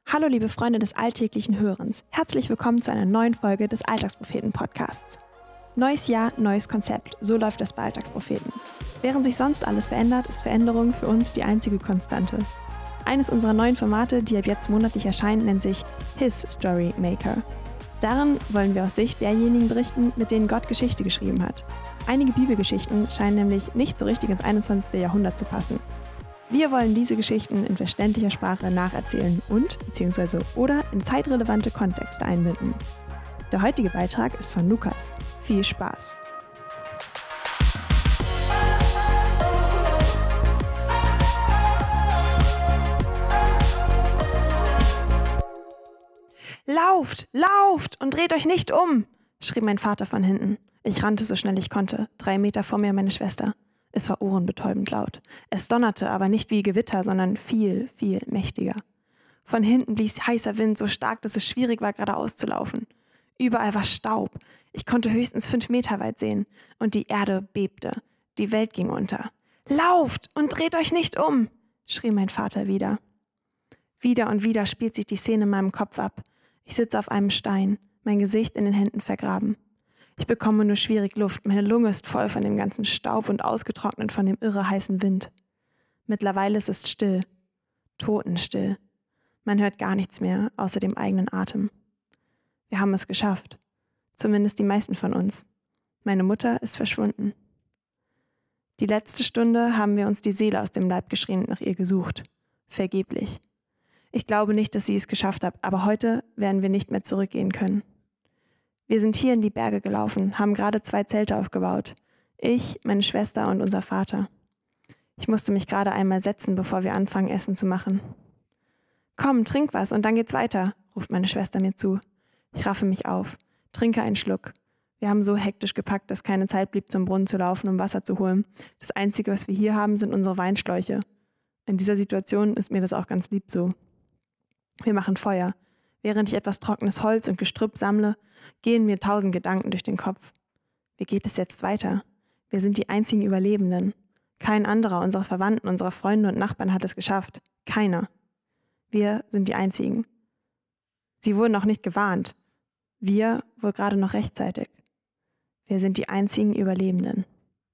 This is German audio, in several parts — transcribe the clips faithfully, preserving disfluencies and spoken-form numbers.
Hallo liebe Freunde des alltäglichen Hörens, herzlich willkommen zu einer neuen Folge des Alltagspropheten-Podcasts. Neues Jahr, neues Konzept, so läuft es bei Alltagspropheten. Während sich sonst alles verändert, ist Veränderung für uns die einzige Konstante. Eines unserer neuen Formate, die ab jetzt monatlich erscheinen, nennt sich His Story Maker. Darin wollen wir aus Sicht derjenigen berichten, mit denen Gott Geschichte geschrieben hat. Einige Bibelgeschichten scheinen nämlich nicht so richtig ins einundzwanzigste. Jahrhundert zu passen. Wir wollen diese Geschichten in verständlicher Sprache nacherzählen und bzw. oder in zeitrelevante Kontexte einbinden. Der heutige Beitrag ist von Lukas. Viel Spaß! Lauft, lauft und dreht euch nicht um, schrie mein Vater von hinten. Ich rannte so schnell ich konnte, drei Meter vor mir meine Schwester. Es war ohrenbetäubend laut. Es donnerte, aber nicht wie Gewitter, sondern viel, viel mächtiger. Von hinten blies heißer Wind so stark, dass es schwierig war, geradeaus zu laufen. Überall war Staub. Ich konnte höchstens fünf Meter weit sehen. Und die Erde bebte. Die Welt ging unter. »Lauft und dreht euch nicht um«, schrie mein Vater wieder. Wieder und wieder spielt sich die Szene in meinem Kopf ab. Ich sitze auf einem Stein, mein Gesicht in den Händen vergraben. Ich bekomme nur schwierig Luft, meine Lunge ist voll von dem ganzen Staub und ausgetrocknet von dem irre heißen Wind. Mittlerweile ist es still, totenstill. Man hört gar nichts mehr, außer dem eigenen Atem. Wir haben es geschafft, zumindest die meisten von uns. Meine Mutter ist verschwunden. Die letzte Stunde haben wir uns die Seele aus dem Leib geschrien und nach ihr gesucht. Vergeblich. Ich glaube nicht, dass sie es geschafft hat, aber heute werden wir nicht mehr zurückgehen können. Wir sind hier in die Berge gelaufen, haben gerade zwei Zelte aufgebaut. Ich, meine Schwester und unser Vater. Ich musste mich gerade einmal setzen, bevor wir anfangen, Essen zu machen. »Komm, trink was und dann geht's weiter«, ruft meine Schwester mir zu. Ich raffe mich auf, trinke einen Schluck. Wir haben so hektisch gepackt, dass keine Zeit blieb, zum Brunnen zu laufen, um Wasser zu holen. Das Einzige, was wir hier haben, sind unsere Weinschläuche. In dieser Situation ist mir das auch ganz lieb so. Wir machen Feuer. Während ich etwas trockenes Holz und Gestrüpp sammle, gehen mir tausend Gedanken durch den Kopf. Wie geht es jetzt weiter? Wir sind die einzigen Überlebenden. Kein anderer unserer Verwandten, unserer Freunde und Nachbarn hat es geschafft. Keiner. Wir sind die Einzigen. Sie wurden auch nicht gewarnt. Wir wohl gerade noch rechtzeitig. Wir sind die einzigen Überlebenden.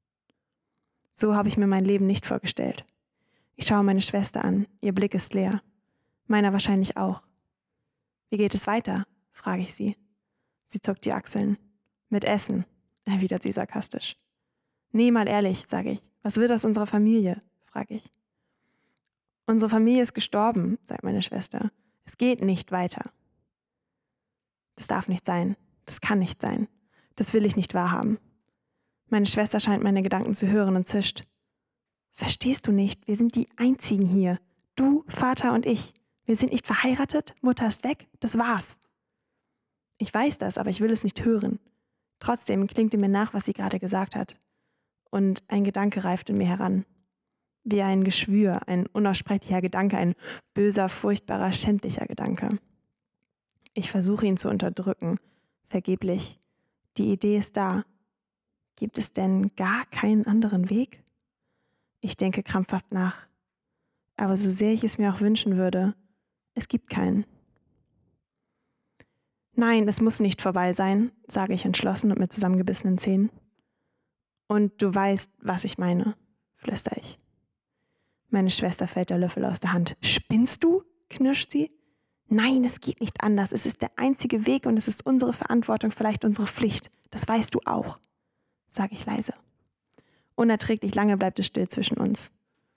So habe ich mir mein Leben nicht vorgestellt. Ich schaue meine Schwester an. Ihr Blick ist leer. Meiner wahrscheinlich auch. »Wie geht es weiter?«, frage ich sie. Sie zuckt die Achseln. »Mit Essen«, erwidert sie sarkastisch. »Nee, mal ehrlich«, sage ich. »Was wird aus unserer Familie?«, frage ich. »Unsere Familie ist gestorben«, sagt meine Schwester. »Es geht nicht weiter.« Das darf nicht sein. Das kann nicht sein. Das will ich nicht wahrhaben. Meine Schwester scheint meine Gedanken zu hören und zischt. »Verstehst du nicht? Wir sind die Einzigen hier. Du, Vater und ich. Wir sind nicht verheiratet, Mutter ist weg, das war's.« Ich weiß das, aber ich will es nicht hören. Trotzdem klingt mir nach, was sie gerade gesagt hat. Und ein Gedanke reift in mir heran. Wie ein Geschwür, ein unaussprechlicher Gedanke, ein böser, furchtbarer, schändlicher Gedanke. Ich versuche ihn zu unterdrücken, vergeblich. Die Idee ist da. Gibt es denn gar keinen anderen Weg? Ich denke krampfhaft nach. Aber so sehr ich es mir auch wünschen würde, es gibt keinen. »Nein, es muss nicht vorbei sein«, sage ich entschlossen und mit zusammengebissenen Zähnen. »Und du weißt, was ich meine«, flüstere ich. Meine Schwester fällt der Löffel aus der Hand. »Spinnst du?«, knirscht sie. »Nein, es geht nicht anders. Es ist der einzige Weg und es ist unsere Verantwortung, vielleicht unsere Pflicht. Das weißt du auch«, sage ich leise. Unerträglich lange bleibt es still zwischen uns.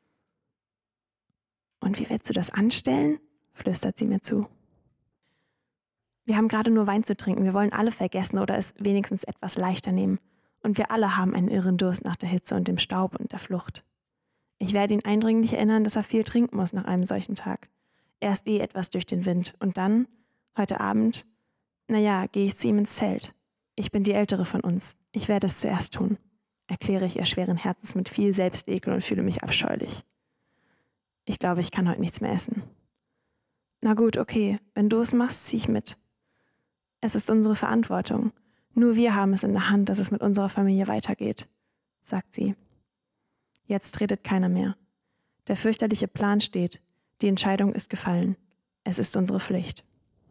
»Und wie willst du das anstellen?«, flüstert sie mir zu. Wir haben gerade nur Wein zu trinken. Wir wollen alle vergessen oder es wenigstens etwas leichter nehmen. Und wir alle haben einen irren Durst nach der Hitze und dem Staub und der Flucht. Ich werde ihn eindringlich erinnern, dass er viel trinken muss nach einem solchen Tag. Erst eh etwas durch den Wind. Und dann, heute Abend, naja, gehe ich zu ihm ins Zelt. Ich bin die Ältere von uns. Ich werde es zuerst tun«, erkläre ich ihr schweren Herzens mit viel Selbstekel und fühle mich abscheulich. Ich glaube, ich kann heute nichts mehr essen. »Na gut, okay, wenn du es machst, zieh ich mit. Es ist unsere Verantwortung. Nur wir haben es in der Hand, dass es mit unserer Familie weitergeht«, sagt sie. Jetzt redet keiner mehr. Der fürchterliche Plan steht. Die Entscheidung ist gefallen. Es ist unsere Pflicht.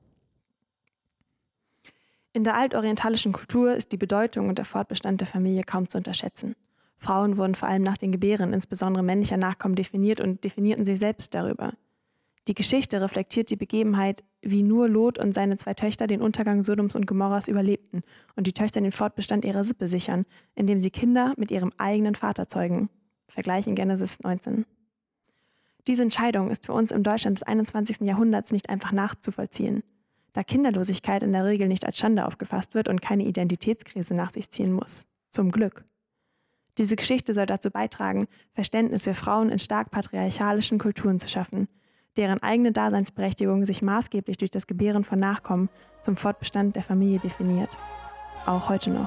In der altorientalischen Kultur ist die Bedeutung und der Fortbestand der Familie kaum zu unterschätzen. Frauen wurden vor allem nach den Gebären, insbesondere männlicher Nachkommen, definiert und definierten sich selbst darüber. Die Geschichte reflektiert die Begebenheit, wie nur Lot und seine zwei Töchter den Untergang Sodoms und Gomorras überlebten und die Töchter den Fortbestand ihrer Sippe sichern, indem sie Kinder mit ihrem eigenen Vater zeugen. Vergleich in Genesis neunzehn. Diese Entscheidung ist für uns im Deutschland des einundzwanzigsten Jahrhunderts nicht einfach nachzuvollziehen, da Kinderlosigkeit in der Regel nicht als Schande aufgefasst wird und keine Identitätskrise nach sich ziehen muss. Zum Glück. Diese Geschichte soll dazu beitragen, Verständnis für Frauen in stark patriarchalischen Kulturen zu schaffen, deren eigene Daseinsberechtigung sich maßgeblich durch das Gebären von Nachkommen zum Fortbestand der Familie definiert. Auch heute noch.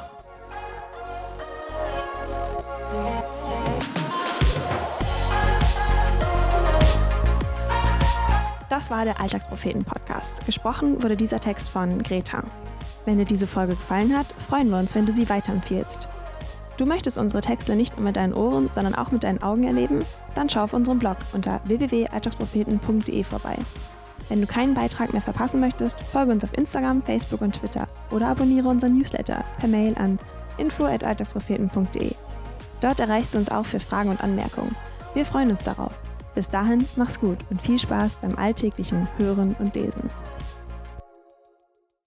Das war der Alltagspropheten-Podcast. Gesprochen wurde dieser Text von Greta. Wenn dir diese Folge gefallen hat, freuen wir uns, wenn du sie weiterempfiehlst. Du möchtest unsere Texte nicht nur mit deinen Ohren, sondern auch mit deinen Augen erleben? Dann schau auf unserem Blog unter w w w punkt alltagspropheten punkt de vorbei. Wenn du keinen Beitrag mehr verpassen möchtest, folge uns auf Instagram, Facebook und Twitter oder abonniere unseren Newsletter per Mail an info at alltagspropheten punkt de. Dort erreichst du uns auch für Fragen und Anmerkungen. Wir freuen uns darauf. Bis dahin, mach's gut und viel Spaß beim alltäglichen Hören und Lesen.